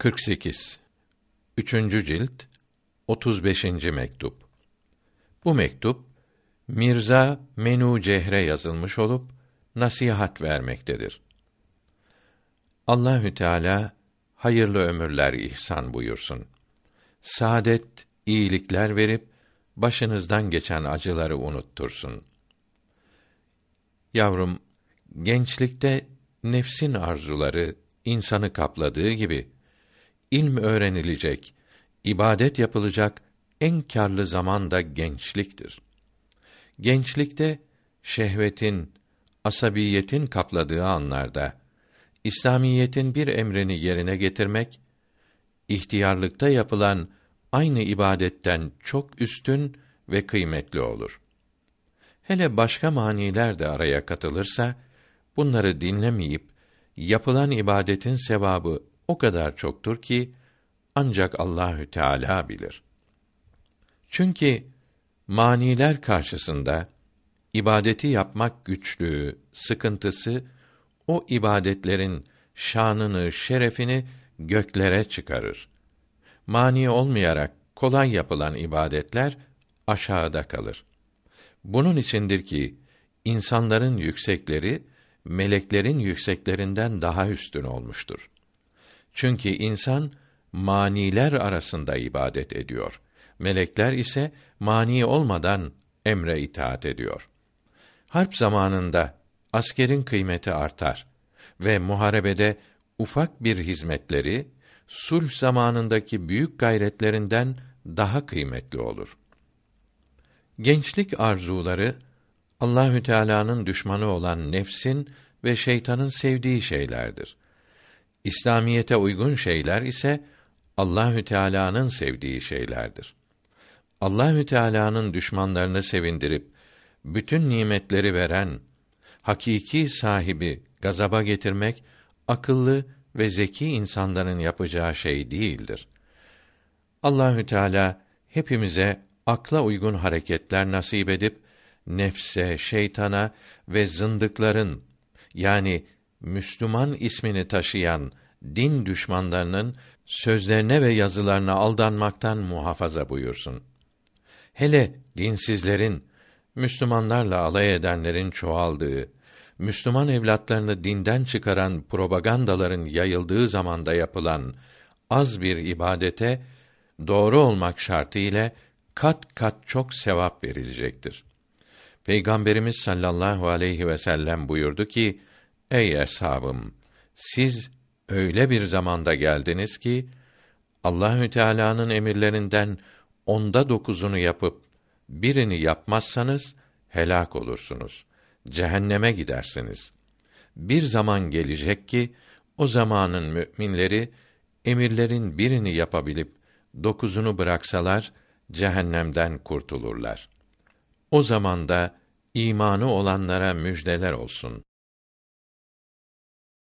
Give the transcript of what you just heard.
48. Üçüncü cilt 35. mektup. Bu mektup Mirza Menücehre yazılmış olup nasihat vermektedir. Allahü Teala hayırlı ömürler ihsan buyursun. Saadet, iyilikler verip başınızdan geçen acıları unuttursun. Yavrum, gençlikte nefsin arzuları insanı kapladığı gibi ilm öğrenilecek, ibadet yapılacak en kârlı zaman da gençliktir. Gençlikte şehvetin, asabiyetin kapladığı anlarda İslamiyetin bir emrini yerine getirmek, ihtiyarlıkta yapılan aynı ibadetten çok üstün ve kıymetli olur. Hele başka maniler de araya katılırsa, bunları dinlemeyip yapılan ibadetin sevabı o kadar çoktur ki ancak Allahü Teala bilir. Çünkü maniler karşısında ibadeti yapmak güçlüğü, sıkıntısı o ibadetlerin şanını, şerefini göklere çıkarır. Mani olmayarak kolay yapılan ibadetler aşağıda kalır. Bunun içindir ki insanların yüksekleri meleklerin yükseklerinden daha üstün olmuştur. Çünkü insan maniler arasında ibadet ediyor. Melekler ise mani olmadan emre itaat ediyor. Harp zamanında askerin kıymeti artar ve muharebede ufak bir hizmetleri sulh zamanındaki büyük gayretlerinden daha kıymetli olur. Gençlik arzuları Allahü Teala'nın düşmanı olan nefsin ve şeytanın sevdiği şeylerdir. İslamiyete uygun şeyler ise Allahü Teala'nın sevdiği şeylerdir. Allahü Teala'nın düşmanlarını sevindirip bütün nimetleri veren hakiki sahibi gazaba getirmek akıllı ve zeki insanların yapacağı şey değildir. Allahü Teala hepimize akla uygun hareketler nasip edip nefse, şeytana ve zındıkların yani Müslüman ismini taşıyan din düşmanlarının sözlerine ve yazılarına aldanmaktan muhafaza buyursun. Hele dinsizlerin, Müslümanlarla alay edenlerin çoğaldığı, Müslüman evlatlarını dinden çıkaran propagandaların yayıldığı zamanda yapılan az bir ibadete doğru olmak şartı ile kat kat çok sevap verilecektir. Peygamberimiz sallallahu aleyhi ve sellem buyurdu ki: Ey eshabım, siz öyle bir zamanda geldiniz ki Allahü Teala'nın emirlerinden 9'unu yapıp birini yapmazsanız helak olursunuz. Cehenneme gidersiniz. Bir zaman gelecek ki o zamanın müminleri emirlerin birini yapabilip 9'unu bıraksalar cehennemden kurtulurlar. O zamanda imanı olanlara müjdeler olsun.